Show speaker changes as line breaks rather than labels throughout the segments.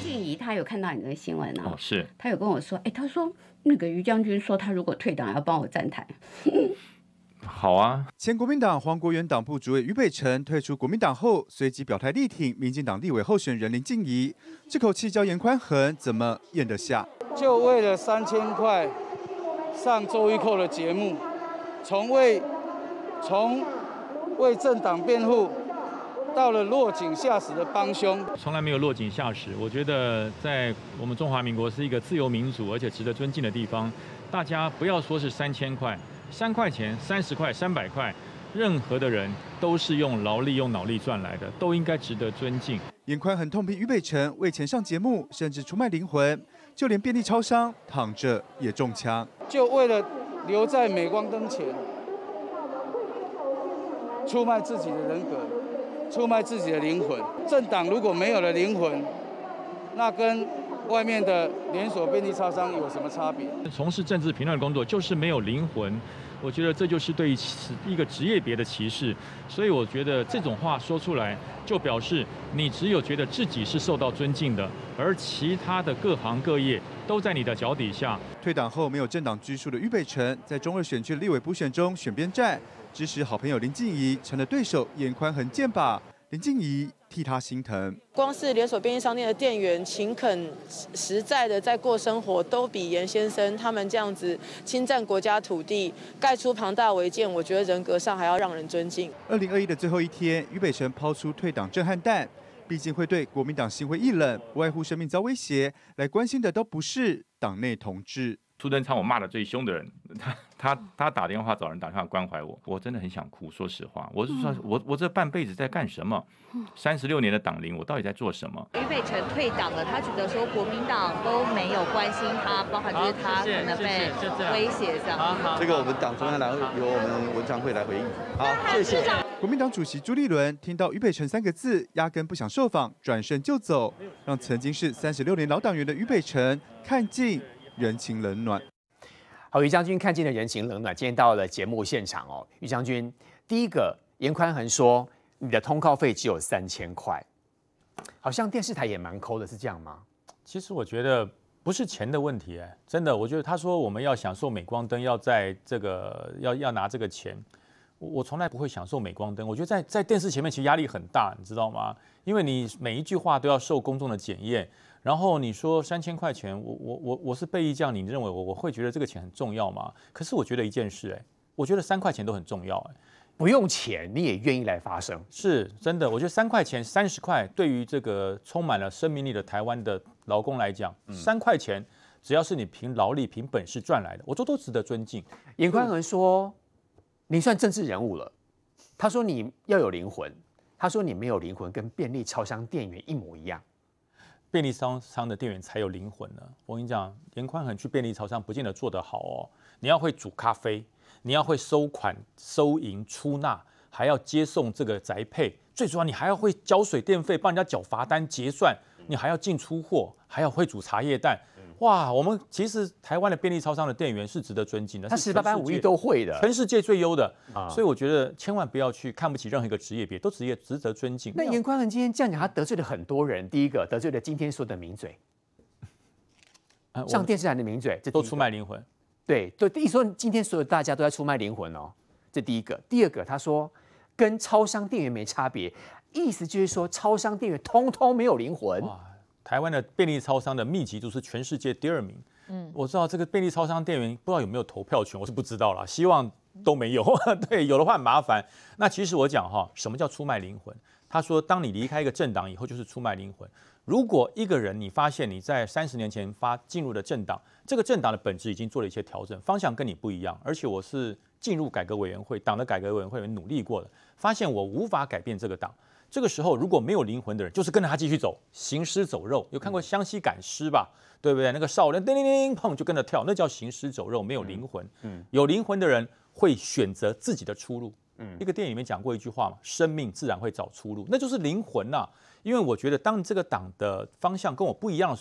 静怡她有看到你的新闻啊，
是，
她有跟我说，他说那个于将军说他如果退党要帮我站台。
好啊。
前国民党黄国元党部主委于北辰退出国民党后，随即表态力挺民进党立委候选人林静怡，这口气叫严宽恒怎么咽得下？
就为了3000块上周一扣的节目，从为政党辩护，到了落井下石的帮凶，
从来没有落井下石。我觉得在我们中华民国是一个自由民主而且值得尊敬的地方，大家不要说是3000块。3块钱、30块、300块，任何的人都是用劳力、用脑力赚来的，都应该值得尊敬。
严宽恒痛批于北辰为钱上节目，甚至出卖灵魂，就连便利超商躺着也中枪。
就为了留在镁光灯前，出卖自己的人格，出卖自己的灵魂。政党如果没有了灵魂，那跟外面的连锁便利超商有什么差别？
从事政治评论工作就是没有灵魂，我觉得这就是对一个职业别的歧视。所以我觉得这种话说出来，就表示你只有觉得自己是受到尊敬的，而其他的各行各业都在你的脚底下。
退党后没有政党拘束的于北辰，在中二选区立委补选中选边站，支持好朋友林静怡，成了对手严宽恒箭靶。林静怡替他心疼，
光是连锁便利商店的店员勤恳实在的在过生活，都比严先生他们这样子侵占国家土地、盖出庞大违建，我觉得人格上还要让人尊敬。
2021的最后一天，于北辰抛出退党震撼弹，毕竟会对国民党心灰意冷，不外乎生命遭威胁，来关心的都不是党内同志。
苏贞昌我骂的最凶的人，他打电话找人打电话关怀我，我真的很想哭。说实话，我是说我这半辈子在干什么？36年的党龄，我到底在做什么？
于北辰退党了，他觉得说国民党都没有关心他，包含就是他可能被威胁这样。
这个我们党中央来由我们文传会来回应。好，谢谢。
国民党主席朱立伦听到于北辰3个字，压根不想受访，转身就走，让曾经是36年老党员的于北辰看尽人情冷暖。
好，于将军看尽了人情冷暖，今天到了节目现场哦。于将军，第一个，严宽恒说你的通告费只有3000块，好像电视台也蛮抠的，是这样吗？
其实我觉得不是钱的问题，真的，我觉得他说我们要享受镁光灯，要在这个要拿这个钱，我从来不会享受镁光灯。我觉得在电视前面其实压力很大，你知道吗？因为你每一句话都要受公众的检验。然后你说3000块钱，我是备役将领，你认为我会觉得这个钱很重要吗？可是我觉得一件事，我觉得3块钱都很重要，
不用钱你也愿意来发声，
是真的。我觉得3块钱、30块，对于这个充满了生命力的台湾的劳工来讲，3块钱只要是你凭劳力、凭本事赚来的，我觉得都值得尊敬。
严宽恒说你算政治人物了，他说你要有灵魂，他说你没有灵魂，跟便利超商店员一模一样。
便利商的店员才有灵魂呢。我跟你讲，严宽恒去便利超商不见得做得好哦。你要会煮咖啡，你要会收款、收银、出纳，还要接送这个宅配，最主要你还要会缴水电费，帮人家缴罚单、结算，你还要进出货，还要会煮茶叶蛋。哇，我们其实台湾的便利超商的店员是值得尊敬的，
他18般武艺都会的，
全世界最优的。所以我觉得千万不要去看不起任何一个职业别，都值得尊敬。
那严宽恒今天这样讲，他得罪了很多人。第一个得罪了今天所有的名嘴，上电视台的名嘴，这
都出卖灵魂。
对，一说今天所有大家都在出卖灵魂哦，这第一个。第二个，他说跟超商店员没差别，意思就是说超商店员通通没有灵魂。
台湾的便利超商的密集度是全世界第2名。我知道这个便利超商店员不知道有没有投票权，我是不知道啦，希望都没有。对，有的话很麻烦。那其实我讲什么叫出卖灵魂？他说，当你离开一个政党以后，就是出卖灵魂。如果一个人你发现你在30年前进入的政党，这个政党的本质已经做了一些调整，方向跟你不一样，而且我是进入改革委员会党的改革委员会努力过的，发现我无法改变这个党。这个时候，如果没有灵魂的人，就是跟着他继续走，行尸走肉。有看过湘西赶尸吧？对不对？那个少年叮叮叮砰就跟着跳，那叫行尸走肉，没有灵魂。有灵魂的人会选择自己的出路。一个电影里面讲过一句话嘛，生命自然会找出路，那就是灵魂呐。因为我觉得，当这个党的方向跟我不一样的时候，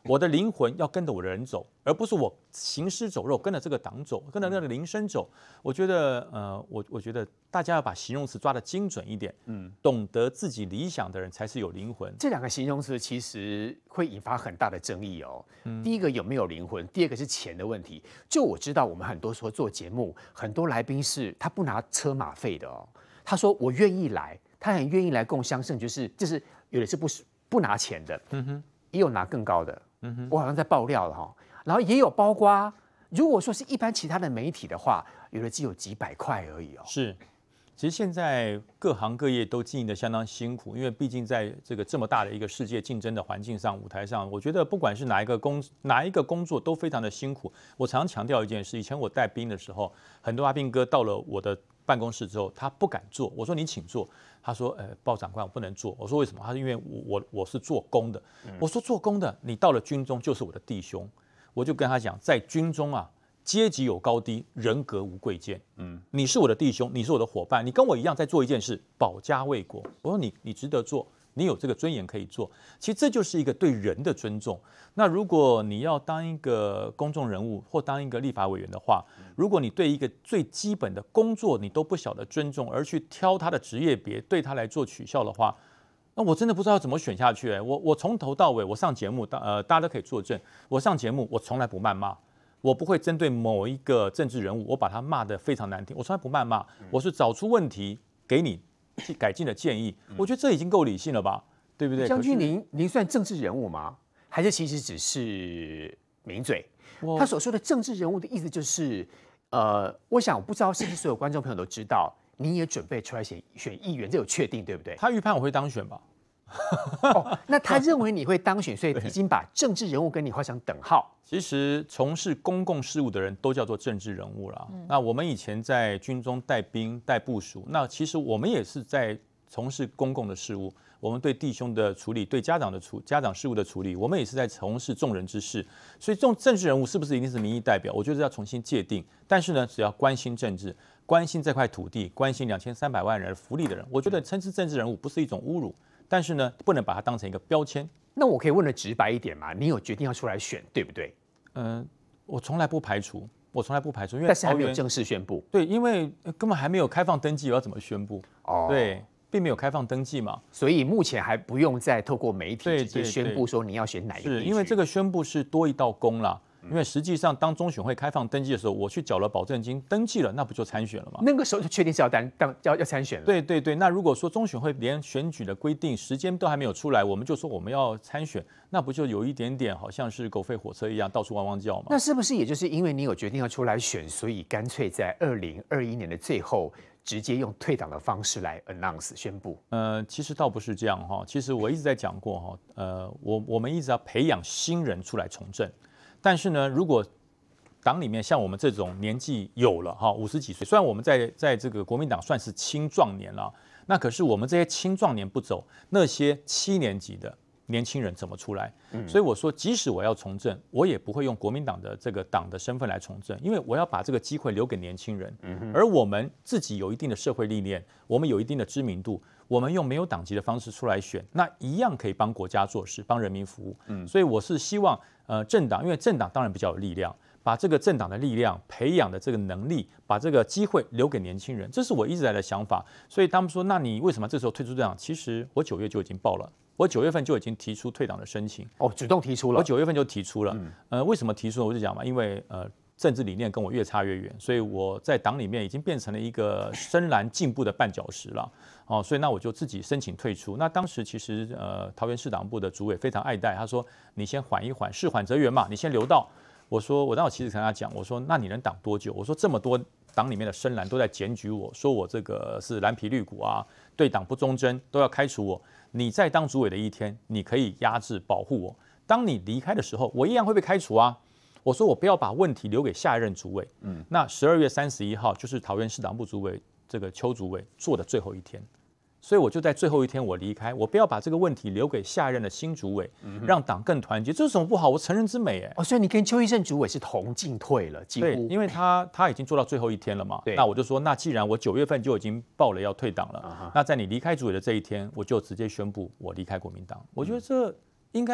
我的灵魂要跟着我的人走，而不是我行尸走肉跟着这个党走，跟着那个铃声走。我觉得，我觉得大家要把形容词抓得精准一点。懂得自己理想的人才是有灵魂。
这两个形容词其实会引发很大的争议哦。第一个有没有灵魂，第二个是钱的问题。就我知道，我们很多时候做节目，很多来宾是他不拿车马费的哦。他说我愿意来，他很愿意来共襄盛举，就是有的是不拿钱的，也有拿更高的。我好像在爆料了哈。然后也有包括，如果说是一般其他的媒体的话，有的只有几百块而已哦。
是。其实现在各行各业都经营得相当辛苦，因为毕竟在这么大的一个世界竞争的环境上、舞台上，我觉得不管是哪一个工作都非常的辛苦。我常常强调一件事，以前我带兵的时候，很多阿兵哥到了我的办公室之后，他不敢做，我说你请坐，他说报长官我不能做，我说为什么？他说因为我是做工的，我说做工的你到了军中就是我的弟兄，我就跟他讲，在军中啊。阶级有高低，人格无贵贱。你是我的弟兄，你是我的伙伴，你跟我一样在做一件事，保家卫国。我说你值得做，你有这个尊严可以做。其实这就是一个对人的尊重。那如果你要当一个公众人物或当一个立法委员的话，如果你对一个最基本的工作你都不晓得尊重，而去挑他的职业别对他来做取笑的话，那我真的不知道怎么选下去。我从头到尾，我上节目，大家都可以作证，我上节目我从来不谩骂。我不会针对某一个政治人物，我把他骂得非常难听，我从来不谩骂，我是找出问题给你改进的建议。我觉得这已经够理性了吧，对不对？
将军，您算政治人物吗？还是其实只是名嘴？他所说的政治人物的意思就是，我想我不知道是不是所有观众朋友都知道，你也准备出来选议员，这有确定对不对？
他预判我会当选吧？
那他认为你会当选，所以已经把政治人物跟你画上等号。
其实从事公共事务的人都叫做政治人物啦。那我们以前在军中带兵带部署，那其实我们也是在从事公共的事务。我们对弟兄的处理，对家长事务的处理，我们也是在从事众人之事。所以这种政治人物是不是一定是民意代表？我觉得要重新界定。但是呢，只要关心政治，关心这块土地，关心2300万人福利的人，我觉得称之政治人物不是一种侮辱。但是呢，不能把它当成一个标签。
那我可以问的直白一点嘛？你有决定要出来选，对不对？
我从来不排除，因为
但是还没有正式宣布。
对，因为根本还没有开放登记，我要怎么宣布？对，并没有开放登记嘛，
所以目前还不用再透过媒体直接宣布说你要选哪一个地区。
是因为这个宣布是多一道工啦。因为实际上，当中选会开放登记的时候，我去缴了保证金，登记了，那不就参选了吗？
那个时候就确定是要参选了。
对。那如果说中选会连选举的规定时间都还没有出来，我们就说我们要参选，那不就有一点点好像是狗吠火车一样到处汪汪叫吗？
那是不是也就是因为你有决定要出来选，所以干脆在2021年的最后直接用退党的方式来 announce 宣布？
其实倒不是这样哈。其实我一直在讲过哈，我们一直要培养新人出来从政。但是呢，如果党里面像我们这种年纪有了哈50几岁，虽然我们在这个国民党算是青壮年了，那可是我们这些青壮年不走，那些7年级的年轻人怎么出来？所以我说，即使我要从政，我也不会用国民党的这个党的身份来从政，因为我要把这个机会留给年轻人。而我们自己有一定的社会历练，我们有一定的知名度，我们用没有党籍的方式出来选，那一样可以帮国家做事，帮人民服务。所以我是希望政党，因为政党当然比较有力量，把这个政党的力量培养的这个能力，把这个机会留给年轻人，这是我一直来的想法。所以他们说，那你为什么这时候退出政党？其实我9月就已经报了。我9月份就已经提出退党的申请，
主动提出了。
我9月份就提出了，为什么提出呢？我就讲嘛，因为政治理念跟我越差越远，所以我在党里面已经变成了一个深蓝进步的绊脚石了。所以那我就自己申请退出。那当时其实桃园市党部的主委非常爱戴，他说你先缓一缓，事缓则圆嘛，你先留到。我说我当时其实跟他讲，我说那你能挡多久？我说这么多党里面的深蓝都在检举我说我这个是蓝皮绿骨啊，对党不忠贞，都要开除我。你在当主委的一天，你可以压制保护我。当你离开的时候，我一样会被开除啊。我说我不要把问题留给下一任主委。那12月31号就是桃园市党部主委这个邱主委做的最后一天，所以我就在最后一天我离开，我不要把这个问题留给下一任的新主委，让党更团结，这是什么不好？我承认之美
所以你跟邱奕胜主委是同进退了，几乎。
对，因为他已经做到最后一天了嘛。那我就说，那既然我9月份就已经报了要退党了，那在你离开主委的这一天，我就直接宣布我离开国民党。我觉得这应该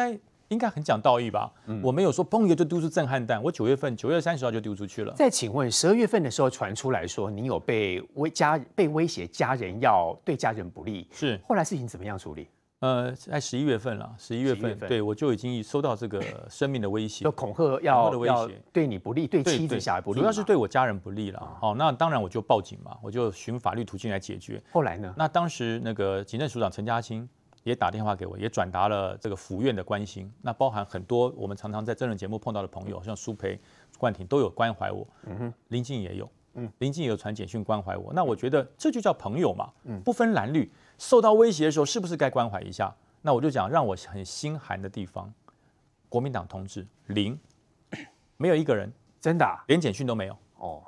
应该很讲道义吧？我没有说砰一个就丢出震撼弹，我9月30号就丢出去了。
再请问，12月份的时候传出来说你有被威胁家人要对家人不利，
是
后来事情怎么样处理？
在11月份了，11月份，对我就已经收到这个生命的威胁，
就恐吓要
威胁，
对你不利，对妻子小孩不利，
主要是对我家人不利了。好，那当然我就报警嘛，我就寻法律途径来解决。
后来呢？
那当时那个警政署长陈家清也打电话给我，也转达了这个府院的关心，那包含很多我们常常在真人节目碰到的朋友，像苏培、冠廷都有关怀我，林静也有，林静也有传简讯关怀我。那我觉得这就叫朋友嘛，不分蓝绿，受到威胁的时候是不是该关怀一下？那我就讲让我很心寒的地方，国民党同志0，没有一个人
真的
连简讯都没有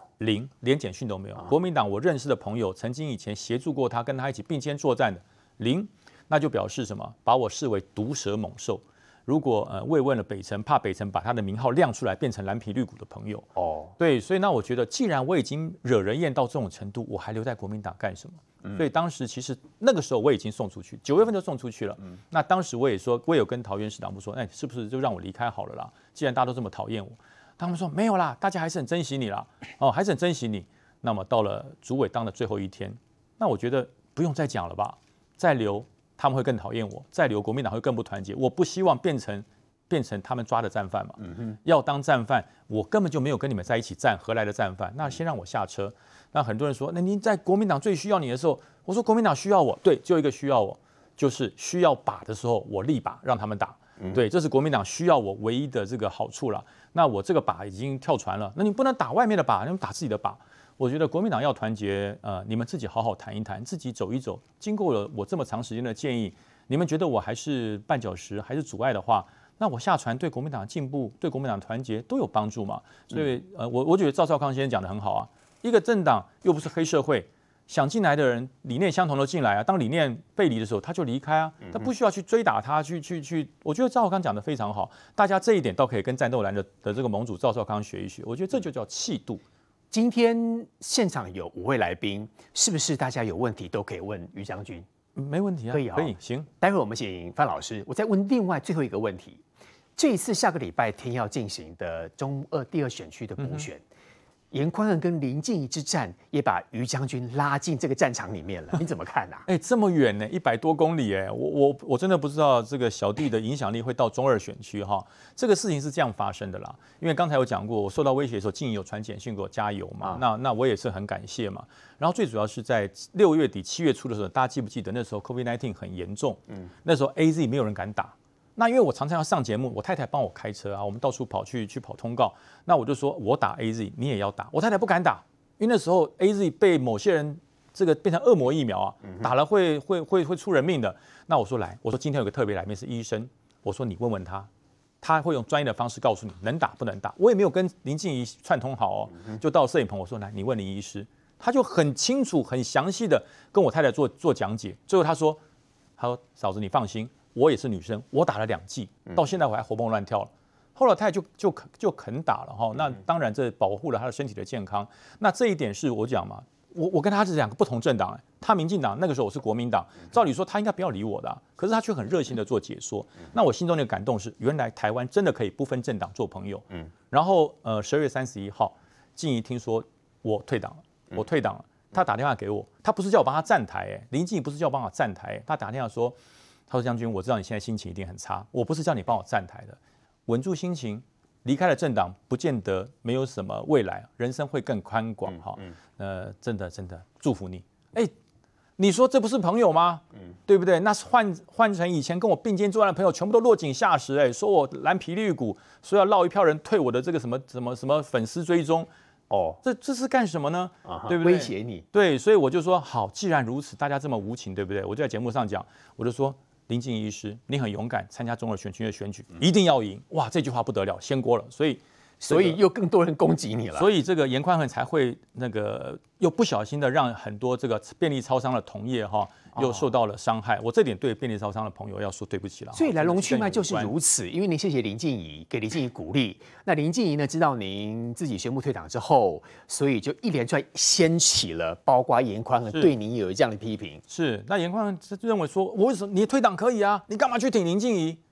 0，连简讯都没有。国民党我认识的朋友，曾经以前协助过他，跟他一起并肩作战的0，那就表示什么？把我视为毒蛇猛兽。如果慰问了北辰，怕北辰把他的名号亮出来，变成蓝皮绿骨的朋友。对，所以那我觉得，既然我已经惹人厌到这种程度，我还留在国民党干什么？所以当时其实那个时候我已经送出去，9月份就送出去了。那当时我也说，我也有跟桃园市党部说，是不是就让我离开好了啦？既然大家都这么讨厌我，他们说没有啦，大家还是很珍惜你啦，还是很珍惜你。那么到了主委当的最后一天，那我觉得不用再讲了吧，再留他们会更讨厌我，再留国民党会更不团结。我不希望变成他们抓的战犯嘛。要当战犯，我根本就没有跟你们在一起战，何来的战犯？那先让我下车。那很多人说，那您在国民党最需要你的时候，我说国民党需要我，对，只有一个需要我，就是需要把的时候，我立把让他们打。对，这是国民党需要我唯一的这个好处了。那我这个把已经跳船了，那你不能打外面的把，你们打自己的把。我觉得国民党要团结，你们自己好好谈一谈，自己走一走。经过了我这么长时间的建议，你们觉得我还是绊脚石，还是阻碍的话，那我下船对国民党的进步、对国民党的团结都有帮助嘛。所以，我觉得赵少康先生讲的很好啊。一个政党又不是黑社会，想进来的人理念相同的进来啊。当理念背离的时候，他就离开啊，他不需要去追打他，去。我觉得赵少康讲的非常好，大家这一点倒可以跟战斗蓝的这个盟主赵少康学一学。我觉得这就叫气度。
今天现场有5位来宾，是不是大家有问题都可以问于将军？
没问题啊，
可以，
行。
待会我们请范老师，我再问另外最后一个问题。这一次下个礼拜天要进行的中2第2选区的补选，严宽恒跟林静仪之战也把于将军拉进这个战场里面了，你怎么看啊？
这么远呢，100多公里我真的不知道这个小弟的影响力会到中2选区哈。这个事情是这样发生的啦，因为刚才有讲过，我受到威胁的时候，静仪有传简讯给我加油嘛，那我也是很感谢嘛。然后最主要是在6月底7月初的时候，大家记不记得那时候 COVID-19 很严重，那时候 AZ 没有人敢打。那因为我常常要上节目，我太太帮我开车啊，我们到处跑去跑通告。那我就说我打 AZ， 你也要打。我太太不敢打，因为那时候 AZ 被某些人这个变成恶魔疫苗啊，打了会出人命的。那我说来，我说今天有个特别来宾是医生，我说你问问他，他会用专业的方式告诉你能打不能打。我也没有跟林静仪串通好哦，就到摄影棚我说来，你问林医师，他就很清楚很详细的跟我太太做讲解。最后他说嫂子你放心。我也是女生，我打了2剂，到现在我还活蹦乱跳了。后来他就肯打了哈，那当然这保护了他的身体的健康。那这一点是我讲嘛，我跟他是2个不同政党，他民进党那个时候我是国民党，照理说他应该不要理我的，可是他却很热心的做解说。那我心中的感动是，原来台湾真的可以不分政党做朋友。然后12月31号，静仪听说我退党了，他打电话给我，他不是叫我帮他站台，林静仪不是叫我帮他站台，他打电话说。他说：“将军，我知道你现在心情一定很差，我不是叫你帮我站台的，稳住心情，离开了政党，不见得没有什么未来，人生会更宽广哈。真的祝福你。你说这不是朋友吗？对不对？那是换成以前跟我并肩作战的朋友，全部都落井下石，说我蓝皮绿骨，说要绕一票人退我的这个什么粉丝追踪。”这是干什么呢？对不对？
威胁你。
对，所以我就说好，既然如此，大家这么无情，对不对？我就在节目上讲，我就说林静仪医师，你很勇敢，参加中2选区的选举，一定要赢！哇，这句话不得了，掀锅了。所以
又更多人攻击你了。
所以这个严宽恒才会又不小心的让很多这个便利超商的同业又受到了伤害。我这点对便利超商的朋友要说对不起了。
所以来龙去脉就是如此，因为您谢谢林静仪，给林静仪鼓励。那林静仪呢，知道您自己宣布退党之后，所以就一连串掀起了，包括严宽恒对您有这样的批评。
是，那严宽恒认为说，我为什么你退党可以啊？你干嘛去挺林静仪？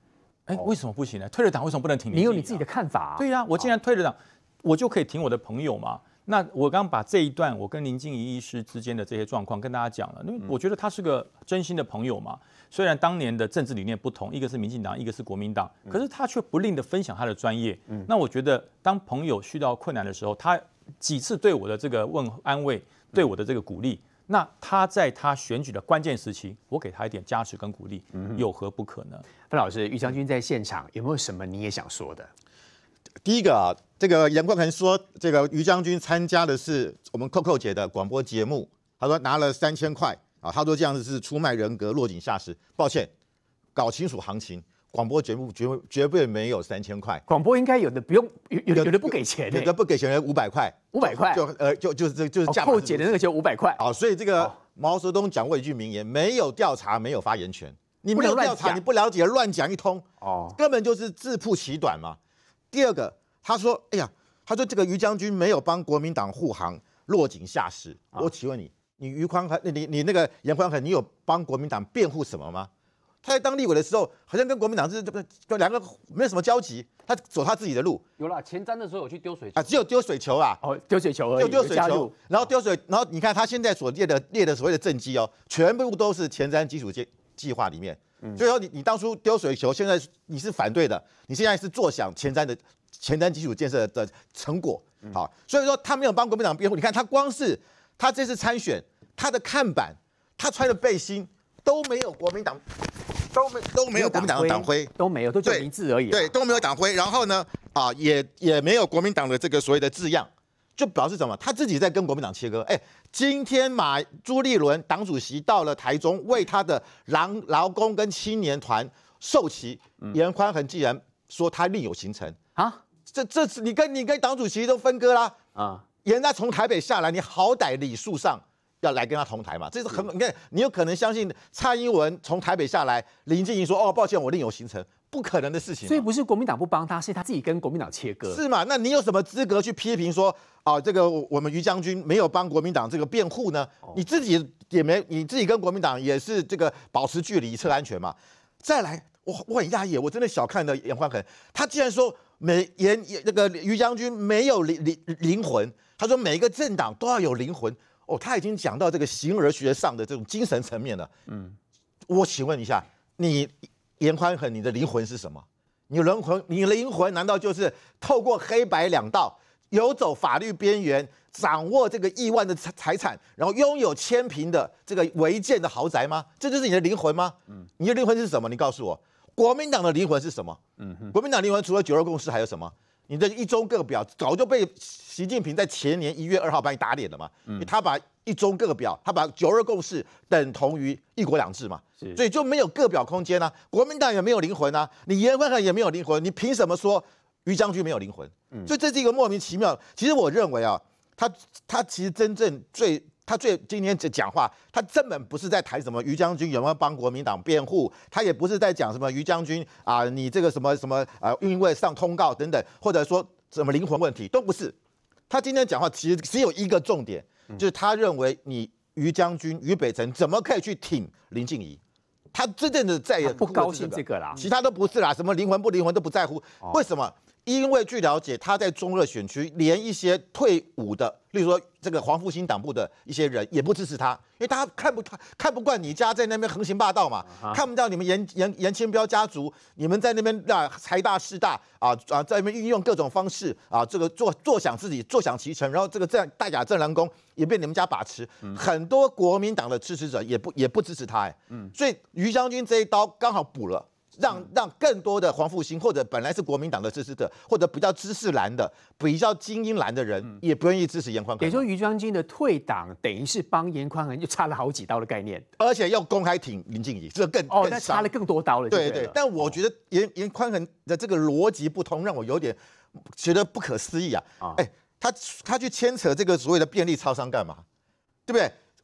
哎，为什么不行呢？退了党为什么不能挺林静怡？
你有你自己的看法。
对呀，我既然退了党，我就可以挺我的朋友嘛。那我刚刚把这一段我跟林静怡医师之间的这些状况跟大家讲了，因为我觉得他是个真心的朋友嘛。虽然当年的政治理念不同，一个是民进党，一个是国民党，可是他却不吝的分享他的专业。那我觉得当朋友遇到困难的时候，他几次对我的这个安慰，对我的这个鼓励。那他在他选举的关键时期，我给他一点加持跟鼓励，有何不可呢？
范老师，于将军在现场有没有什么你也想说的？
第一个啊，这个严宽恒说，这个于将军参加的是我们扣姐的广播节目，他说拿了3000块啊，他说这样子是出卖人格、落井下石。抱歉，搞清楚行情。广播节目绝对没有3000块，
广播应该有的不用，有的不给钱，
有的不给钱500块
，500块
就是价
扣减的那个就500块
啊，所以这个毛泽东讲过一句名言：没有调查没有发言权，你没有调查你不了解乱讲一通，根本就是自曝其短嘛。第二个，他说，哎呀，他说这个于将军没有帮国民党护航，落井下石。我请问你于宽恒，你那个严宽恒，你有帮国民党辩护什么吗？他在当立委的时候，好像跟国民党就两个没有什么交集，他走他自己的路。
有啦，前瞻的时候有去丢水球
啊，只有丢水球啦，
丢水球而已，
就丢水球，然后丢水，然后你看他现在所列的所谓的政绩哦，全部都是前瞻基础计划里面。所以说你当初丢水球，现在你是反对的，你现在是坐享前瞻基础建设的成果。好，所以说他没有帮国民党辩护。你看他光是他这次参选，他的看板，他穿的背心都没有国民党。都没有国民党的党徽，
都没有，都只有名字而已。
对，都没有党徽。然后呢，也没有国民党的这个所谓的字样，就表示什么？他自己在跟国民党切割。哎，今天朱立伦党主席到了台中，为他的劳工跟青年团授旗。严宽恒既然说他另有行程啊，这次你跟党主席都分割啦啊！人家从台北下来，你好歹礼数上要来跟他同台嘛，这是很你看，你有可能相信蔡英文从台北下来，林静怡说哦，抱歉，我另有行程，不可能的事情。
所以不是国民党不帮他，是他自己跟国民党切割，
是嘛？那你有什么资格去批评说这个我们于将军没有帮国民党这个辩护呢？你自己也没，你自己跟国民党也是这个保持距离，测安全嘛。再来，我很讶异，我真的小看了严宽恒，他竟然说那个于将军没有灵魂，他说每一个政党都要有灵魂。哦，他已经讲到这个形而学上的这种精神层面了。我请问一下，你严宽恒，你的灵魂是什么？你的灵魂难道就是透过黑白两道，游走法律边缘，掌握这个亿万的财产，然后拥有千坪的这个违建的豪宅吗？这就是你的灵魂吗？你的灵魂是什么？你告诉我，国民党的灵魂是什么？国民党灵魂除了9·2共识还有什么？你的一中各表早就被习近平在前年1月2号把你打脸了嘛？他把一中各表，他把9·2共识等同于1国2制嘛，所以就没有各表空间啊。国民党也没有灵魂啊，你严宽恒也没有灵魂，你凭什么说于将军没有灵魂？所以这是一个莫名其妙。其实我认为啊，他其实真正他今天讲话，他根本不是在谈什么于将军有没有帮国民党辩护，他也不是在讲什么于将军你这个什么因为上通告等等，或者说什么灵魂问题都不是。他今天讲话其实只有一个重点，就是他认为你于将军于北辰怎么可以去挺林静怡？他真正的在
不高兴这个啦，
其他都不是啦，什么灵魂不灵魂都不在乎。为什么？因为据了解，他在中热选区连一些退伍的，例如说这个黄复兴党部的一些人也不支持他，因为他看不惯你家在那边横行霸道嘛，看不到你们严清标家族，你们在那边财大势大在那边运用各种方式这个坐享其成，然后这个大甲镇澜宫也被你们家把持，很多国民党的支持者也不支持他所以于将军这一刀刚好补了。让更多的黄复兴或者本来是国民党的支持者，或者比较知识蓝的、比较精英蓝的人，也不愿意支持严宽恒。
也就是于将军的退党，等于是帮严宽恒就插了好几刀的概念，
而且要公开挺林静怡，这更
那插了更多刀了。
对。但我觉得严宽恒的这个逻辑不通，让我有点觉得不可思议啊！他去牵扯这个所谓的便利超商干嘛？对不对？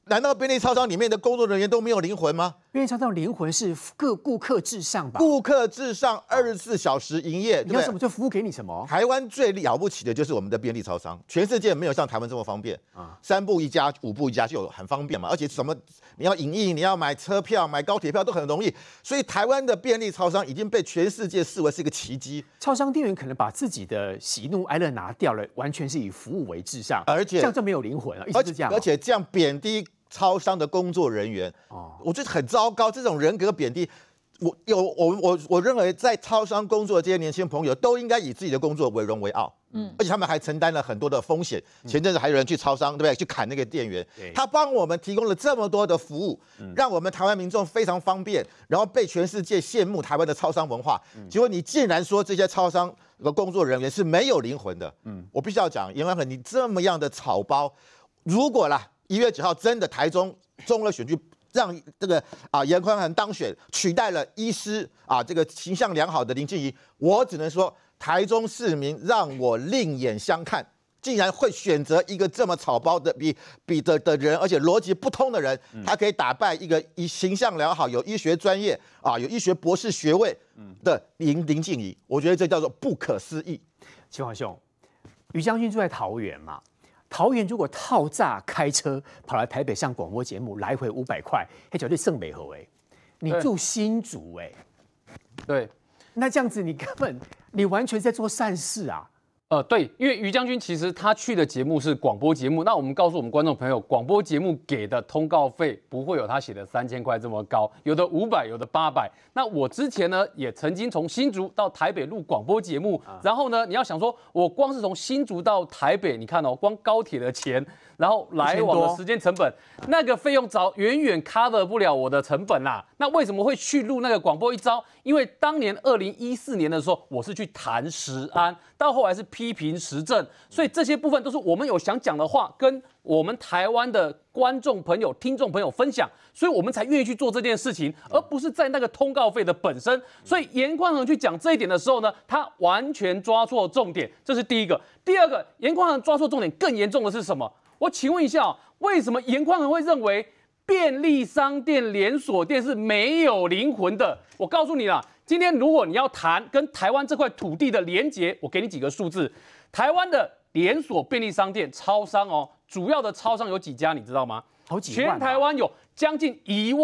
难道便利超商里面的工作人员都没有灵魂吗？
便利超商灵魂是顾客至上吧？
顾客至上，24小时营业，
你要什么就服务给你什么。
台湾最了不起的就是我们的便利超商，全世界没有像台湾这么方便啊，3步1家、5步1家就很方便嘛，而且什么你要影印、你要买车票、买高铁票都很容易，所以台湾的便利超商已经被全世界视为是一个奇迹。
超商店员可能把自己的喜怒哀乐拿掉了，完全是以服务为至上，
而且
这样就没有灵魂了，一直是这样。
而且这样贬低超商的工作人员，我觉得很糟糕。这种人格贬低，我认为在超商工作的这些年轻朋友都应该以自己的工作为荣为傲。而且他们还承担了很多的风险。前阵子还有人去超商，对不对？去砍那个店员，他帮我们提供了这么多的服务，让我们台湾民众非常方便，然后被全世界羡慕台湾的超商文化。结果你竟然说这些超商的工作人员是没有灵魂的。我必须要讲，严宽恒，你这么样的草包，如果啦1月9号真的台中中了选举，让这个严宽恒当选，取代了医师这个形象良好的林静怡，我只能说台中市民让我另眼相看，竟然会选择一个这么草包的的人，而且逻辑不通的人，他可以打败一个形象良好、有医学专业有医学博士学位的林静怡，我觉得这叫做不可思议。
秦华兄，于将军住在桃园嘛？桃园如果套炸开车跑来台北上广播节目，来回500块，那绝对胜美和哎。你住新竹哎，
对，
那这样子你完全在做善事啊。
对，因为于将军其实他去的节目是广播节目，那我们告诉我们观众朋友，广播节目给的通告费不会有他写的3000块这么高，有的500，有的800。那我之前呢也曾经从新竹到台北录广播节目，然后呢你要想说，我光是从新竹到台北，你看光高铁的钱，然后来往的时间成本，那个费用远远 cover 不了我的成本啦。那为什么会去录那个广播一招？因为当年2014年的时候，我是去谈食安，到后来是批评时政，所以这些部分都是我们有想讲的话，跟我们台湾的观众朋友、听众朋友分享，所以我们才愿意去做这件事情，而不是在那个通告费的本身。所以严宽恒去讲这一点的时候呢，他完全抓错重点，这是第一个。第二个，严宽恒抓错重点更严重的是什么？我请问一下，为什么严宽恒会认为便利商店连锁店是没有灵魂的？我告诉你啦，今天如果你要谈跟台湾这块土地的连结，我给你几个数字。台湾的连锁便利商店、超商主要的超商有几家，你知道吗？
好几万。
全台湾有将近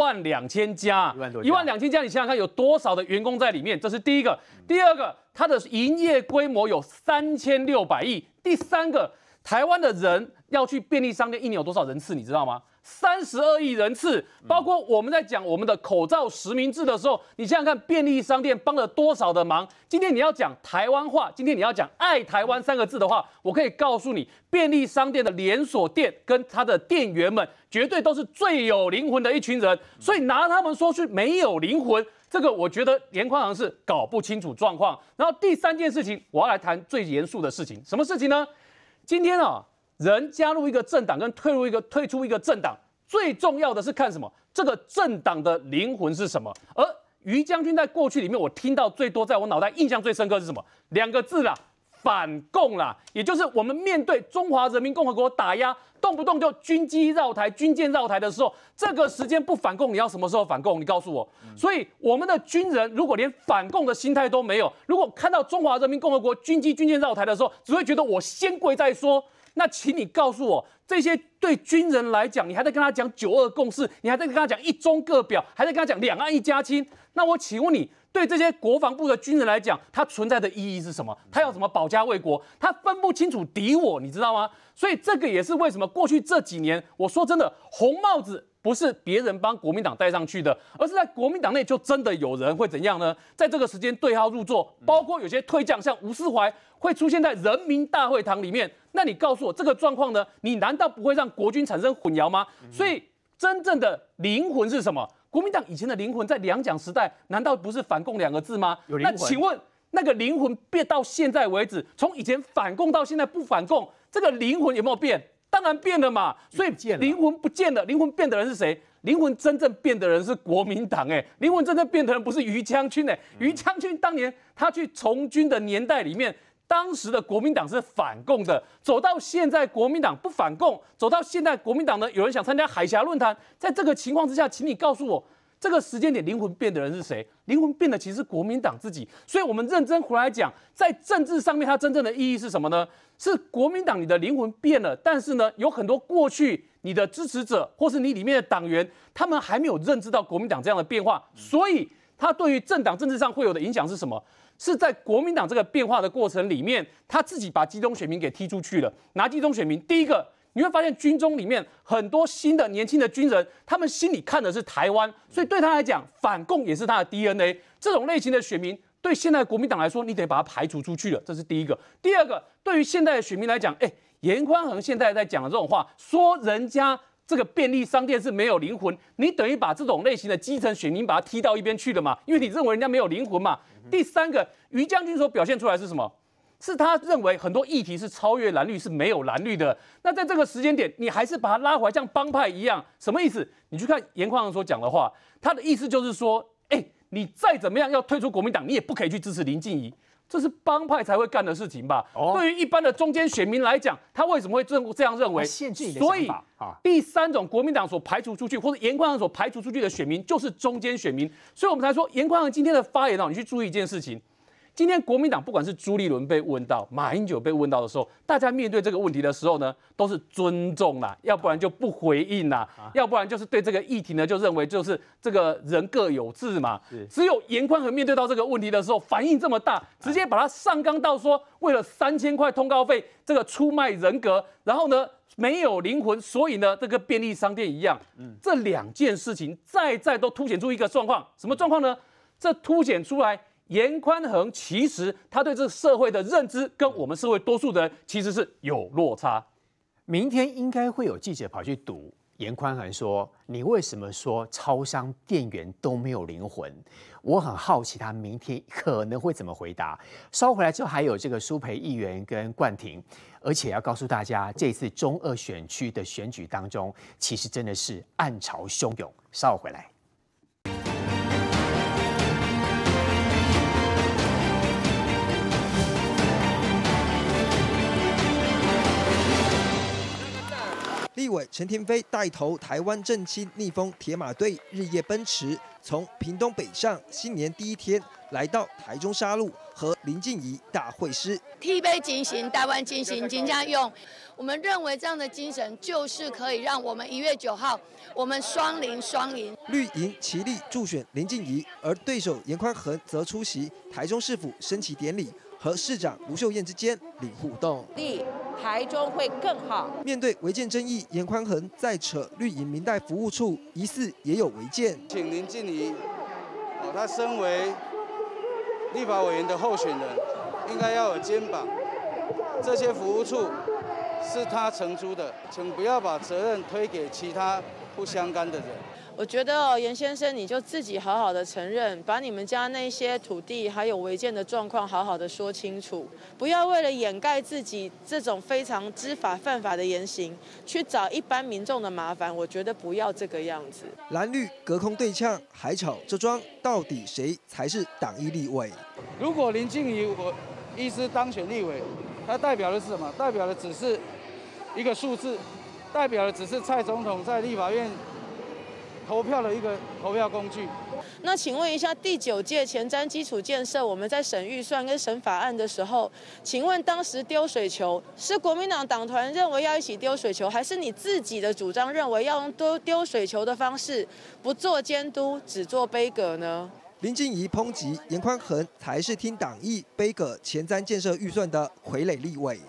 12000家，12000家，你想想看有多少的员工在里面？这是第一个。第二个，它的营业规模有3600亿。第三个，台湾的人要去便利商店一年有多少人次，你知道吗？32亿人次，包括我们在讲我们的口罩实名制的时候，你想想看，便利商店帮了多少的忙。今天你要讲台湾话，今天你要讲爱台湾3个字的话，我可以告诉你，便利商店的连锁店跟它的店员们，绝对都是最有灵魂的一群人。所以拿他们说是没有灵魂，这个我觉得严宽恒是搞不清楚状况。然后第三件事情，我要来谈最严肃的事情，什么事情呢？今天人加入一个政党跟退出一个政党，最重要的是看什么？这个政党的灵魂是什么？而于将军在过去里面，我听到最多，在我脑袋印象最深刻是什么？2个字啦，反共啦。也就是我们面对中华人民共和国打压，动不动就军机绕台、军舰绕台的时候，这个时间不反共，你要什么时候反共？你告诉我。所以我们的军人如果连反共的心态都没有，如果看到中华人民共和国军机、军舰绕台的时候，只会觉得我先跪再说。那请你告诉我，这些对军人来讲，你还在跟他讲9·2共识，你还在跟他讲一中各表，还在跟他讲两岸一家亲。那我请问你，对这些国防部的军人来讲，它存在的意义是什么？他要怎么保家卫国？他分不清楚敌我，你知道吗？所以这个也是为什么过去这几年，我说真的，红帽子不是别人帮国民党戴上去的，而是在国民党内就真的有人会怎样呢？在这个时间对号入座，包括有些退将，像吴思怀会出现在人民大会堂里面。那你告诉我这个状况呢？你难道不会让国军产生混淆吗？所以真正的灵魂是什么？国民党以前的灵魂在两蒋时代，难道不是反共2个字吗？那请问那个灵魂变到现在为止，从以前反共到现在不反共，这个灵魂有没有变？当然变了嘛。所以灵魂不见了，灵魂变的人是谁？灵魂真正变的人是国民党灵魂真正变的人不是于将军于将军当年他去从军的年代里面， 当时的国民党是反共的，走到现在国民党不反共，走到现在国民党呢，有人想参加海峡论坛，在这个情况之下，请你告诉我，这个时间点灵魂变的人是谁？灵魂变的其实是国民党自己。所以我们认真回来讲，在政治上面，它真正的意义是什么呢？是国民党你的灵魂变了，但是呢，有很多过去你的支持者或是你里面的党员，他们还没有认知到国民党这样的变化，所以他对于政党政治上会有的影响是什么？是在国民党这个变化的过程里面，他自己把集中选民给踢出去了。拿集中选民，第一个你会发现军中里面很多新的年轻的军人，他们心里看的是台湾，所以对他来讲，反共也是他的 DNA。这种类型的选民，对现在的国民党来说，你得把它排除出去了，这是第一个。第二个，对于现在的选民来讲，严宽恒现在在讲的这种话，说人家这个便利商店是没有灵魂，你等于把这种类型的基层选民把它踢到一边去了嘛？因为你认为人家没有灵魂嘛。第三个，于将军所表现出来是什么？是他认为很多议题是超越蓝绿，是没有蓝绿的。那在这个时间点，你还是把它拉回来，像帮派一样，什么意思？你去看严宽恒所讲的话，他的意思就是说，你再怎么样要退出国民党，你也不可以去支持林静怡。这是帮派才会干的事情吧？对于一般的中间选民来讲，他为什么会这样认为？
限制你的想法。
所以第三种国民党所排除出去，或者严宽恒所排除出去的选民，就是中间选民。所以我们才说，严宽恒今天的发言你去注意一件事情。今天国民党不管是朱立伦被问到，马英九被问到的时候，大家面对这个问题的时候呢，都是尊重啦，要不然就不回应啦，要不然就是对这个议题呢，就认为就是这个人各有志嘛。只有严宽恒面对到这个问题的时候，反应这么大，直接把他上纲到说，为了3000块通告费，这个出卖人格，然后呢没有灵魂，所以呢这个便利商店一样。这两件事情再都凸显出一个状况，什么状况呢？这凸显出来。严宽恒其实他对这个社会的认知跟我们社会多数的人其实是有落差。
明天应该会有记者跑去堵严宽恒说：“你为什么说超商店员都没有灵魂？”我很好奇他明天可能会怎么回答。稍回来之后还有这个苏培议员跟冠廷，而且要告诉大家，这次中2选区的选举当中，其实真的是暗潮汹涌。稍后回来。
立委陈亭妃带头台湾正气逆风铁马队日夜奔驰，从屏东北上，新年第一天来到台中沙鹿和林静怡大会师。
踢杯进行，台湾进行，金家用。我们认为这样的精神就是可以让我们1月9号我们双赢。
绿营齐力助选林静怡，而对手严宽恒则出席台中市府升旗典礼，和市长卢秀燕之间领互动。
台中会更好。
面对违建争议，严宽恒再扯绿营民代服务处疑似也有违建，
请林静怡，他身为立法委员的候选人，应该要有肩膀。这些服务处是他承租的，请不要把责任推给其他不相干的人。
我觉得严先生，你就自己好好的承认，把你们家那些土地还有违建的状况好好的说清楚，不要为了掩盖自己这种非常知法犯法的言行，去找一般民众的麻烦。我觉得不要这个样子。
蓝绿隔空对呛，还吵这桩，到底谁才是党意立委？
如果林静怡医师当选立委，它代表的是什么？代表的只是一个数字，代表的只是蔡总统在立法院投票的一个投票工具。
那请问一下，第9届前瞻基础建设，我们在审预算跟审法案的时候，请问当时丢水球是国民党党团认为要一起丢水球，还是你自己的主张认为要用丢水球的方式，不做监督，只做杯葛呢？
林静怡抨击严宽恒才是听党意杯葛前瞻建设预算的傀儡立委。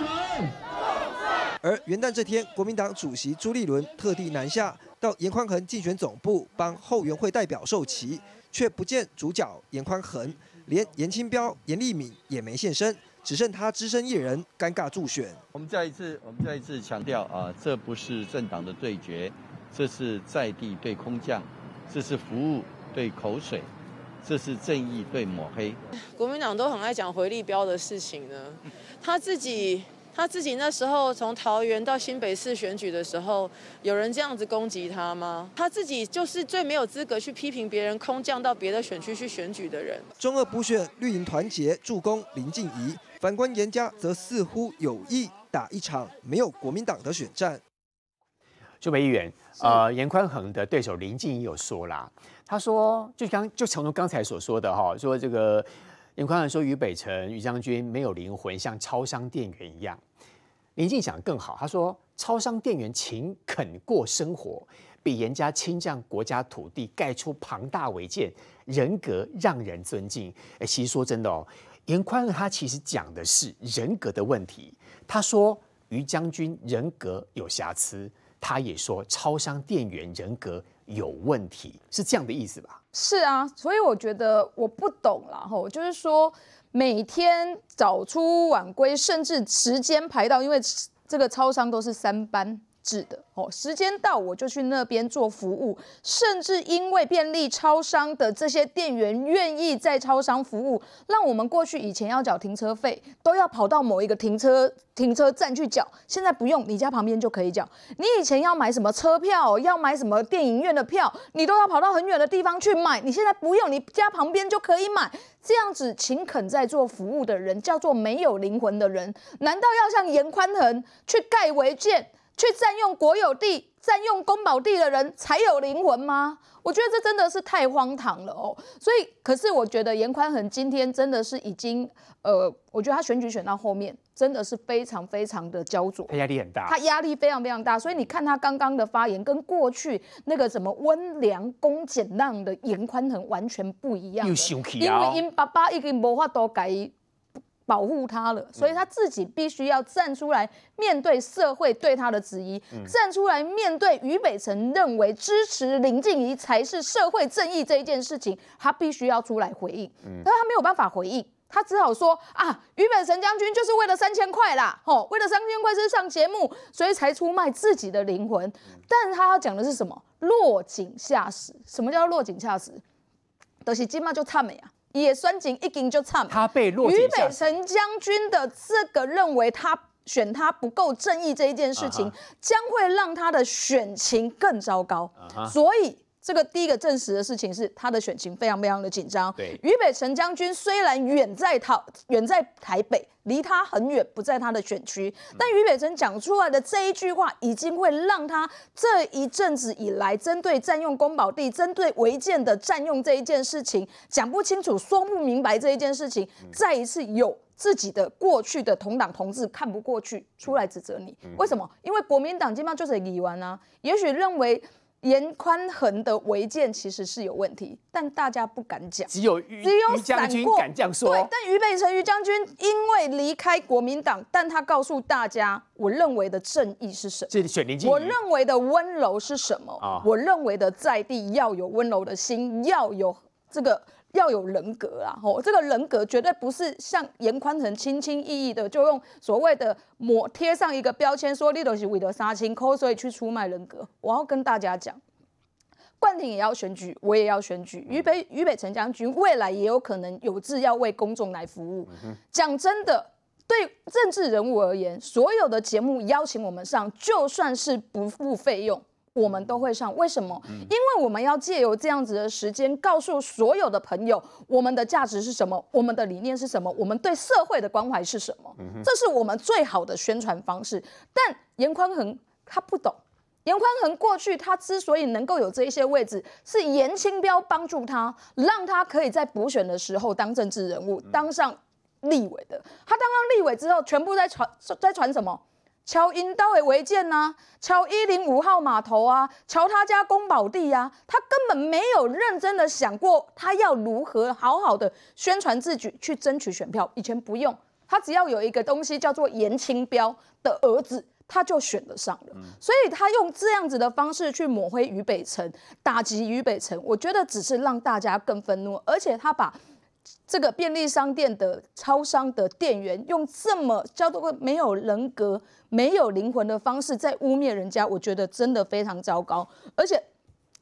而元旦这天，国民党主席朱立伦特地南下到严宽恒竞选总部帮后援会代表授旗，却不见主角严宽恒，连严清标、严立敏也没现身，只剩他只身一人，尴尬助选。
我们再一次强调这不是政党的对决，这是在地对空降，这是服务对口水，这是正义对抹黑。
国民党都很爱讲回力标的事情呢，他自己他自己那时候从桃园到新北市选举的时候，有人这样子攻击他吗？他自己就是最没有资格去批评别人空降到别的选区去选举的人。
中二补选，绿营团结助攻林静怡，反观严家则似乎有意打一场没有国民党的选战。
朱北议员，严宽恒的对手林静怡有说啦，他说就诚如刚才所说的哈，说这个严宽恒说于北辰、于将军没有灵魂，像超商店员一样。林静怡讲得更好，他说超商店员勤恳过生活，比严家侵占国家土地、盖出庞大违建，人格让人尊敬。其实说真的哦，严宽恒他其实讲的是人格的问题。他说于将军人格有瑕疵，他也说超商店员人格有问题，是这样的意思吧？
是啊，所以我觉得我不懂啦，吼，就是说每天早出晚归，甚至时间排到，因为这个超商都是3班制的哦，时间到我就去那边做服务，甚至因为便利超商的这些店员愿意在超商服务，让我们过去以前要缴停车费，都要跑到某一个停车站去缴，现在不用，你家旁边就可以缴。你以前要买什么车票，要买什么电影院的票，你都要跑到很远的地方去买，你现在不用，你家旁边就可以买。这样子勤恳在做服务的人，叫做没有灵魂的人，难道要像严宽恒去盖违建？去占用国有地、占用公保地的人才有灵魂吗？我觉得这真的是太荒唐了哦。所以，可是我觉得严宽恒今天真的是已经，我觉得他选举选到后面真的是非常非常的焦灼，
他压力很大，
他压力非常非常大。所以你看他刚刚的发言，跟过去那个什么温良恭俭让的严宽恒完全不一样，因为因爸爸已经没法度改保护他了，所以他自己必须要站出来面对社会对他的质疑，站出来面对于北辰认为支持林静怡才是社会正义这一件事情，他必须要出来回应，但他没有办法回应。他只好说啊，于北辰将军就是为了3000块啦，为了3000块是上节目，所以才出卖自己的灵魂。但是他要讲的是什么？落井下石。什么叫落井下石？就是今嘛就惨的呀。也酸井一斤就惨，
他被落井下石。
于北辰将军的这个认为他选他不够正义这一件事情，将会让他的选情更糟糕。所以这个第一个证实的事情是，他的选情非常非常的紧张。于北辰将军虽然远在台北，离他很远，不在他的选区，但于北辰讲出来的这一句话，已经会让他这一阵子以来针对占用公保地、针对违建的占用这一件事情讲不清楚、说不明白这一件事情，再一次有自己的过去的同党同志看不过去，出来指责你。为什么？因为国民党基本上就是议员啊，也许认为严宽恒的违建其实是有问题，但大家不敢讲，
只有于将军敢这样说。
对，但于北辰于将军因为离开国民党，但他告诉大家，我认为的正义是什么？
是选林静怡。
我认为的温柔是什么？我认为的在地要有温柔的心，要有人格啊！这个人格绝对不是像严宽恒轻轻易易的就用所谓的贴上一个标签，说你就是为了3000块，所以去出卖人格。我要跟大家讲，冠廷也要选举，我也要选举。于北辰将军未来也有可能有志要为公众来服务。讲真的，对政治人物而言，所有的节目邀请我们上，就算是不付费用，我们都会上。为什么？因为我们要借由这样子的时间，告诉所有的朋友，我们的价值是什么，我们的理念是什么，我们对社会的关怀是什么。这是我们最好的宣传方式。但严宽恒他不懂。严宽恒过去他之所以能够有这一些位置，是严清标帮助他，让他可以在补选的时候当政治人物，当上立委的。他当上立委之后，全部在传什么？乔阴道的违建啊，乔105号码头啊，乔他家公保地啊，他根本没有认真的想过他要如何好好的宣传自己去争取选票。以前不用，他只要有一个东西叫做严清标的儿子，他就选得上了。所以他用这样子的方式去抹黑于北辰，打击于北辰，我觉得只是让大家更愤怒，而且他把这个便利商店的超商的店员用这么叫做没有人格、没有灵魂的方式在污蔑人家，我觉得真的非常糟糕。而且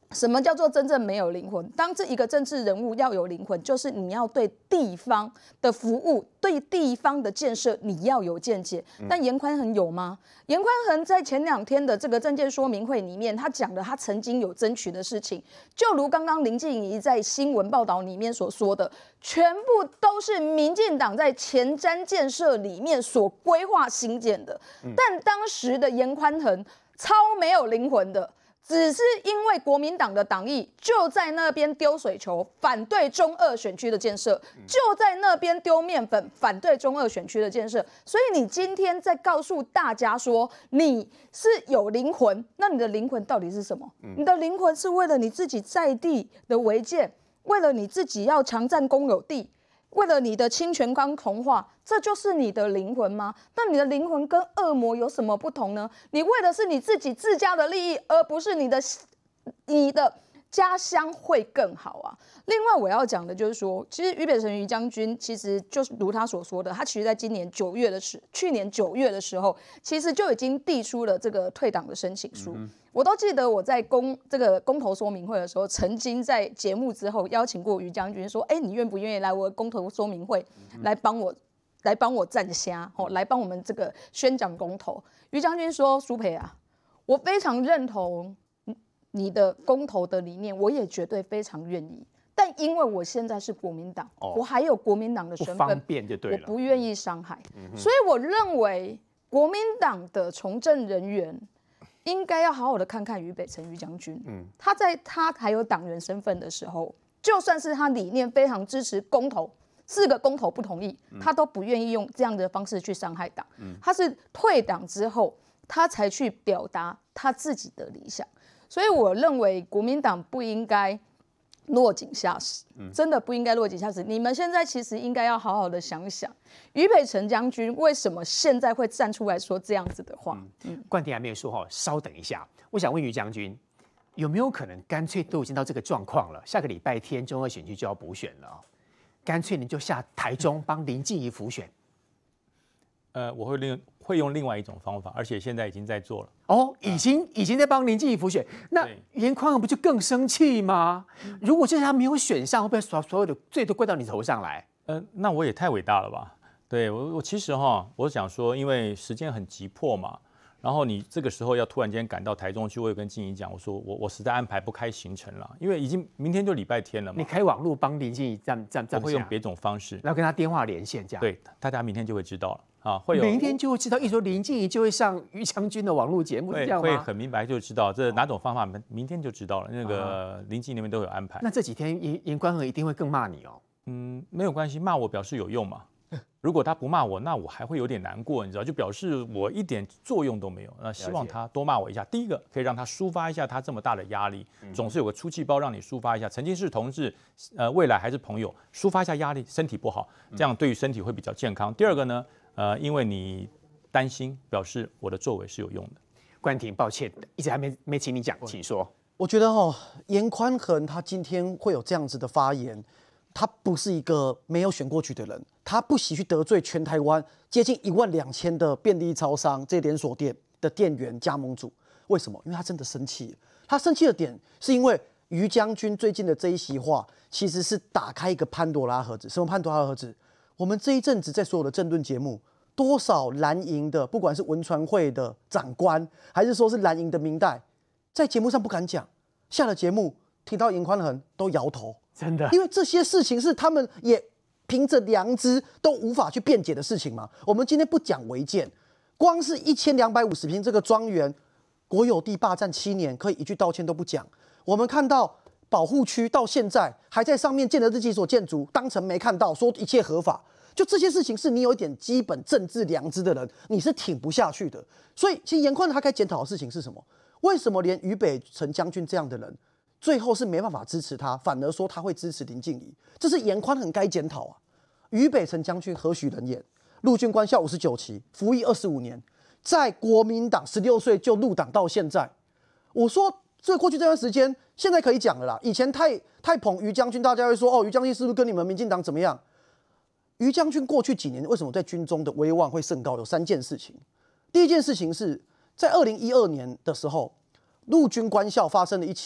什么叫做真正没有灵魂？当这一个政治人物要有灵魂，就是你要对地方的服务、对地方的建设，你要有见解。但严宽恒有吗？严宽恒在前2天的这个政见说明会里面，他讲了他曾经有争取的事情，就如刚刚林静怡在新闻报道里面所说的，全部都是民进党在前瞻建设里面所规划兴建的。但当时的严宽恒超没有灵魂的。只是因为国民党的党意就在那边丢水球，反对中2选区的建设，就在那边丢面粉，反对中2选区的建设。所以你今天在告诉大家说你是有灵魂，那你的灵魂到底是什么？你的灵魂是为了你自己在地的违建，为了你自己要强占公有地，为了你的清泉岗同化，这就是你的灵魂吗？那你的灵魂跟恶魔有什么不同呢？你为的是你自己自家的利益，而不是你的家乡会更好啊。另外我要讲的就是说，其实于北辰于将军其实就是如他所说的，他其实在去年9月的时候，其实就已经递出了这个退党的申请书。我都记得我在这个公投说明会的时候，曾经在节目之后邀请过于将军说，你愿不愿意来我的公投说明会来帮我站虾，来帮我们这个宣讲公投？于将军说，苏培啊，我非常认同你的公投的理念，我也绝对非常愿意。但因为我现在是国民党，我还有国民党的身份，
不方便就对了，
我不愿意伤害。所以我认为国民党的从政人员应该要好好的看看于北辰于将军。他在他还有党员身份的时候，就算是他理念非常支持公投，4个公投不同意，他都不愿意用这样的方式去伤害党。他是退党之后，他才去表达他自己的理想。所以我认为国民党不应该落井下石，真的不应该落井下石。你们现在其实应该要好好的想想，于北辰将军为什么现在会站出来说这样子的话？
冠廷还没有说哈，稍等一下，我想问于将军，有没有可能干脆都已经到这个状况了，下个礼拜天中2选区就要补选了，干脆你就下台中帮林静怡辅选？
我会用另外一种方法，而且现在已经在做了。
已经在帮林静怡辅选，那严宽恒不就更生气吗？如果现在他没有选上，会不会所有的罪都怪到你头上来？
那我也太伟大了吧？对我其实我想说，因为时间很急迫嘛，然后你这个时候要突然间赶到台中去，我有跟静怡讲，我说我实在安排不开行程了，因为已经明天就礼拜天了嘛。
你开网路帮林静怡站，
我会用别种方式，
然后跟他电话连线这样。
对，大家明天就会知道了。会有
明天就会知道，一说林静怡就会上于将军的网络节目，是这样吗？
会很明白就知道这哪种方法，明天就知道了。那个林静怡那边都有安排。
那这几天严宽恒一定会更骂你哦。
没有关系，骂我表示有用嘛。如果他不骂我，那我还会有点难过，你知道，就表示我一点作用都没有。那希望他多骂我一下。第一个可以让他抒发一下他这么大的压力，总是有个出气包让你抒发一下。曾经是同志，未来还是朋友，抒发一下压力，身体不好，这样对于身体会比较健康。第二个呢？因为你担心，表示我的作为是有用的。
冠廷，抱歉，一直还没请你讲，请说。
我觉得严宽恒他今天会有这样子的发言，他不是一个没有选过去的人，他不惜去得罪全台湾接近12000的便利超商这些连锁店的店员加盟主。为什么？因为他真的生气。他生气的点是因为于将军最近的这一席话，其实是打开一个潘多拉盒子。什么潘多拉盒子？我们这一阵子在所有的政论节目，多少蓝营的，不管是文传会的长官，还是说是蓝营的民代，在节目上不敢讲，下了节目听到严宽恒都摇头，
真的，
因为这些事情是他们也凭着良知都无法去辩解的事情嘛。我们今天不讲违建，光是1250坪这个庄园，国有地霸占7年，可以一句道歉都不讲。我们看到保护区到现在还在上面建了这几所建筑，当成没看到，说一切合法。就这些事情是你有一点基本政治良知的人，你是挺不下去的。所以其实严宽恒他该检讨的事情是什么？为什么连于北辰将军这样的人，最后是没办法支持他，反而说他会支持林静怡？这是严宽恒该检讨啊。于北辰将军何许人也？陆军官校59期，服役25年，在国民党16岁就入党到现在。我说这过去这段时间，现在可以讲了啦。以前太捧于将军，大家会说于将军是不是跟你们民进党怎么样？于将军过去几年为什么在军中的威望会甚高？有3件事情。第一件事情是在2012年的时候，陆军官校发生了一起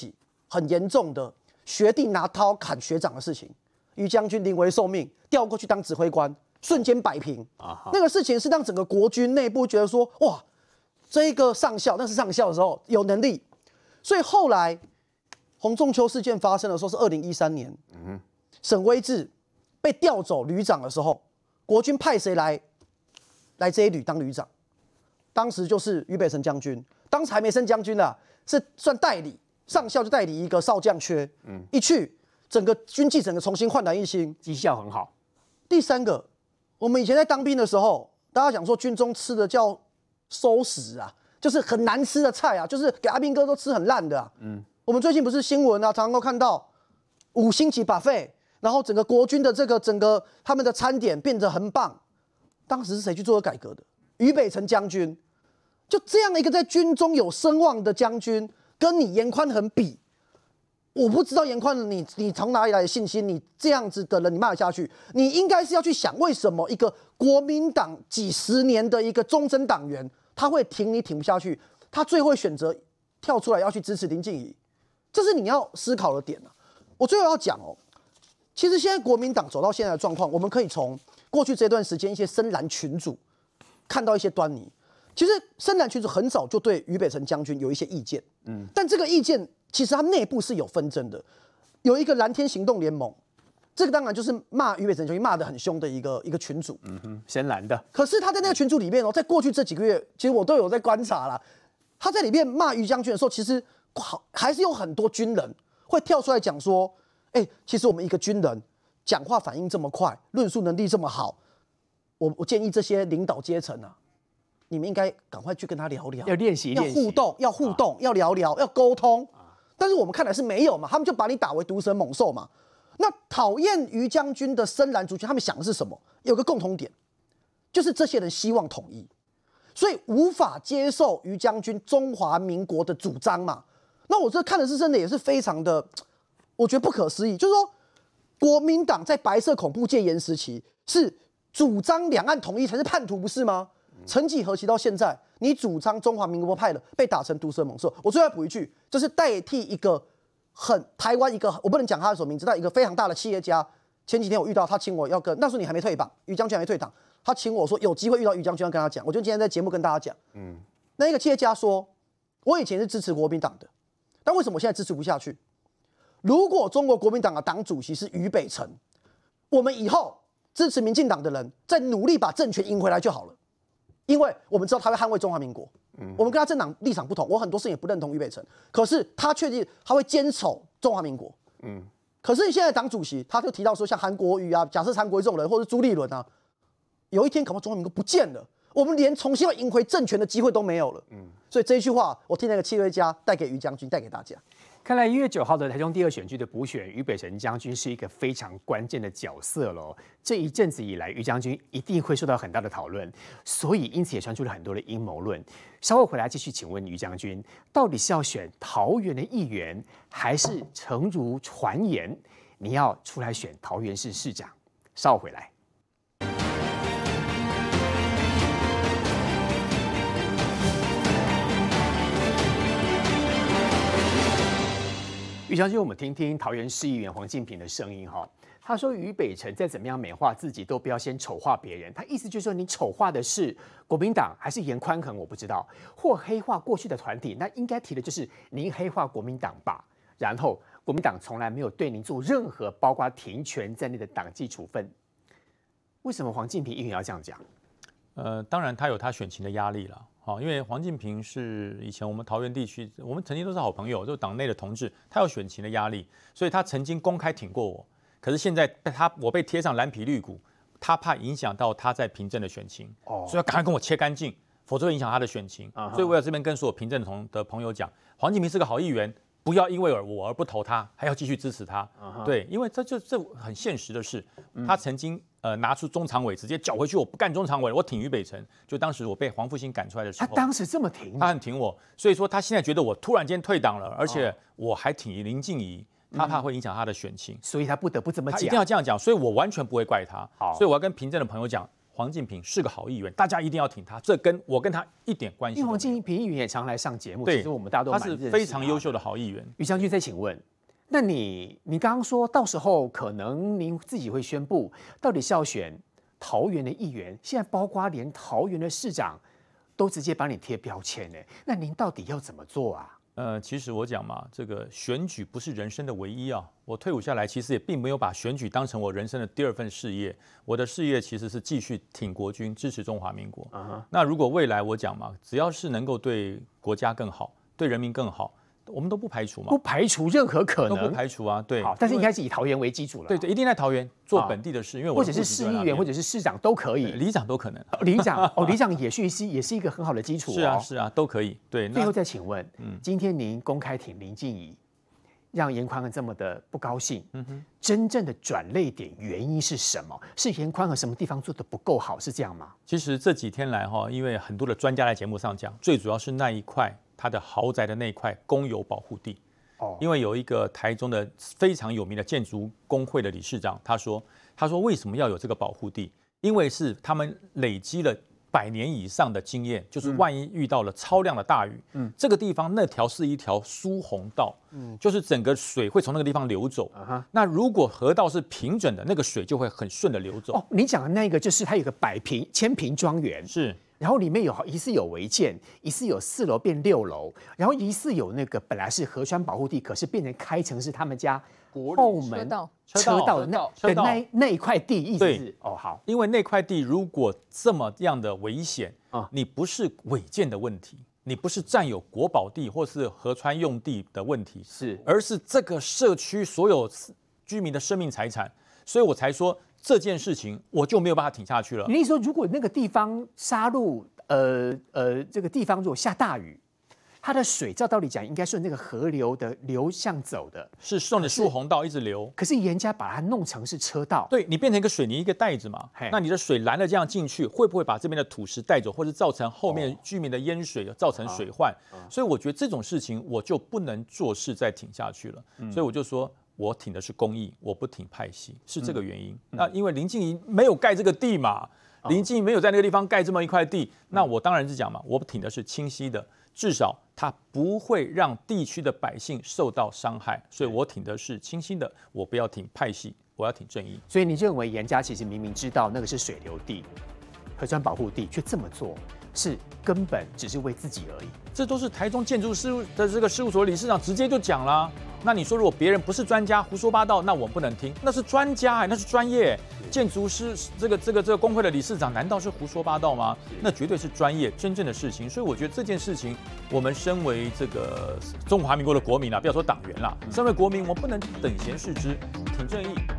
很严重的学弟拿刀砍学长的事情，于将军临危受命调过去当指挥官，瞬间摆平。那个事情是让整个国军内部觉得说，哇，这一个上校，那是上校的时候有能力，所以后来洪仲丘事件发生的时候是2013年，沈威志被调走旅长的时候，国军派谁来这一旅当旅长？当时就是于北辰将军，当时还没升将军啦，是算代理，上校就代理一个少将缺，一去整个军纪整个重新焕然一新，
绩效很好。
第三个，我们以前在当兵的时候，大家讲说军中吃的叫馊食啊，就是很难吃的菜啊，就是给阿兵哥都吃很烂的啊。我们最近不是新闻啊，常常都看到5星级 buffet， 然后整个国军的整个他们的餐点变得很棒。当时是谁去做改革的？于北辰将军。就这样一个在军中有声望的将军，跟你严宽恒比，我不知道严宽恒你从哪里来的信心？你这样子的人，你骂得下去？你应该是要去想，为什么一个国民党几十年的一个忠贞党员，他会挺你挺不下去？他最后选择跳出来要去支持林静怡，这是你要思考的点啊。我最后要讲哦，其实现在国民党走到现在的状况，我们可以从过去这段时间一些深蓝群组看到一些端倪。其实深蓝群组很早就对于北辰将军有一些意见，但这个意见其实他内部是有纷争的。有一个蓝天行动联盟，这个当然就是骂于北辰将军骂得很凶的一个群组，
深蓝的。
可是他在那个群组里面哦，在过去这几个月，其实我都有在观察啦。他在里面骂于将军的时候，其实还是有很多军人会跳出来讲说，其实我们一个军人讲话反应这么快，论述能力这么好，我建议这些领导阶层啊。你们应该赶快去跟他聊聊，
要练习，
要互动，要聊聊，要沟通。但是我们看来是没有嘛，他们就把你打为毒蛇猛兽嘛。那讨厌于将军的深蓝族群，他们想的是什么？有个共同点，就是这些人希望统一，所以无法接受于将军中华民国的主张嘛。那我这看的是真的也是非常的，我觉得不可思议。就是说，国民党在白色恐怖戒严时期是主张两岸统一才是叛徒，不是吗？曾几何时到现在，你主张中华民国派的被打成毒蛇猛兽。我最后要补一句，就是代替一个台湾一个我不能讲他的什么名字，但一个非常大的企业家。前几天我遇到他，请我要跟那时候你还没退党，于将军还没退党，他请我说有机会遇到于将军要跟他讲。我就今天在节目跟大家讲，那一个企业家说，我以前是支持国民党的，但为什么我现在支持不下去？如果中国国民党的党主席是于北辰，我们以后支持民进党的人再努力把政权赢回来就好了。因为我们知道他会捍卫中华民国，我们跟他政党立场不同，我很多事情也不认同于北辰，可是他确定他会坚守中华民国。可是现在党主席他就提到说，像韩国瑜啊，假设韩国瑜这种人，或者朱立伦啊，有一天搞不好中华民国不见了，我们连重新要赢回政权的机会都没有了。所以这一句话，我听那个企业家带给于将军，带给大家。
看来1月9号的台中第2选区的补选，于北辰将军是一个非常关键的角色喽。这一阵子以来，于将军一定会受到很大的讨论，所以因此也传出了很多的阴谋论。稍后回来继续请问于将军，到底是要选桃园的议员，还是诚如传言你要出来选桃园市市长？稍后回来。于将军，我们听听桃园市议员黄敬平的声音哈。他说，于北辰再怎么样美化自己，都不要先丑化别人。他意思就是说，你丑化的是国民党还是严宽恒，我不知道，或黑化过去的团体，那应该提的就是您黑化国民党吧。然后，国民党从来没有对您做任何包括停权在内的党纪处分。为什么黄敬平议员要这样讲？
当然他有他选情的压力了。因为黄敬平是以前我们桃园地区，我们曾经都是好朋友，就是党内的同志，他有选情的压力，所以他曾经公开挺过我。可是现在我被贴上蓝皮绿股，他怕影响到他在平镇的选情，所以要赶快跟我切干净，否则会影响他的选情。所以我在这边跟所有平镇的朋友讲，黄敬平是个好议员，不要因为我而不投他，还要继续支持他。对，因为这很现实的事，他曾经拿出中常委直接缴回去，我不干中常委，我挺于北辰。就当时我被黄复兴赶出来的时候，
他当时这么挺，
他很挺我，所以说他现在觉得我突然间退党了，而且我还挺林静怡，他怕会影响他的选情，
所以他不得不这么讲，
他一定要这样讲，所以我完全不会怪他。所以我要跟平镇的朋友讲， 黄敬平是个好议员，大家一定要挺他，这跟我跟他一点关系。
因为黄敬平议员也常来上节目，
对，
其实我们大家都
他是非常优秀的好议员。
于将军再请问，那你刚刚说到时候可能您自己会宣布，到底是要选桃园的议员，现在包括连桃园的市长都直接把你贴标签呢，那您到底要怎么做啊？
其实我讲嘛，这个选举不是人生的唯一啊。我退伍下来，其实也并没有把选举当成我人生的第二份事业。我的事业其实是继续挺国军，支持中华民国。那如果未来我讲嘛，只要是能够对国家更好，对人民更好，我们都不排除嘛，
不排除任何可能，
都不排除啊。对，
好，但是应该是以桃园为基础了。
对，一定在桃园做本地的事，因为我
或者是市议员，或者是市长都可以，
里长都可能。
里长也是一个很好的基础。
是啊，都可以。对，
最后再请问，今天您公开挺林静怡，让严宽恒这么的不高兴，真正的转捩点原因是什么？是严宽恒什么地方做的不够好，是这样吗？
其实这几天来因为很多的专家在节目上讲，最主要是那一块他的豪宅的那一块公有保护地。因为有一个台中的非常有名的建筑工会的理事长，他说为什么要有这个保护地？因为是他们累积了100年以上的经验，就是万一遇到了超量的大雨，这个地方那条是一条疏洪道，就是整个水会从那个地方流走。那如果河道是平整的，那个水就会很顺的流走。
你讲的那个就是它有个千坪庄园，
是。
然后里面疑似有违建，疑似有4楼变6楼，然后疑似有那个本来是河川保护地，可是变成开成是他们家后门车道的那一块地，意思是好，
因为那块地如果这么样的危险你不是违建的问题，你不是占有国保地或是河川用地的问题，而是这个社区所有居民的生命财产，所以我才说。这件事情我就没有办法挺下去了。
你意思说，如果那个地方沙鹿，这个地方如果下大雨，它的水照道理讲应该顺这个河流的流向走的，
是顺着疏洪道一直流。
可是严家把它弄成是车道，
对你变成一个水泥一个袋子嘛，那你的水拦了这样进去，会不会把这边的土石带走，或者造成后面居民的淹水，造成水患？所以我觉得这种事情我就不能做事再挺下去了。所以我就说。我挺的是公益，我不挺派系，是这个原因。那因为林静怡没有盖这个地嘛，林静怡没有在那个地方盖这么一块地，那我当然是讲嘛，我挺的是清晰的，至少它不会让地区的百姓受到伤害，所以我挺的是清晰的，我不要挺派系，我要挺正义。
所以你认为严家其实明明知道那个是水流地、河川保护地，却这么做，是根本只是为自己而已。
这都是台中建筑事务的这个事务所理事长直接就讲啦。那你说如果别人不是专家胡说八道，那我们不能听，那是专家那是专业。建筑师这个工会的理事长难道是胡说八道吗？那绝对是专业真正的事情。所以我觉得这件事情，我们身为这个中华民国的国民不要说党员啦，身为国民，我们不能等闲视之，挺正义。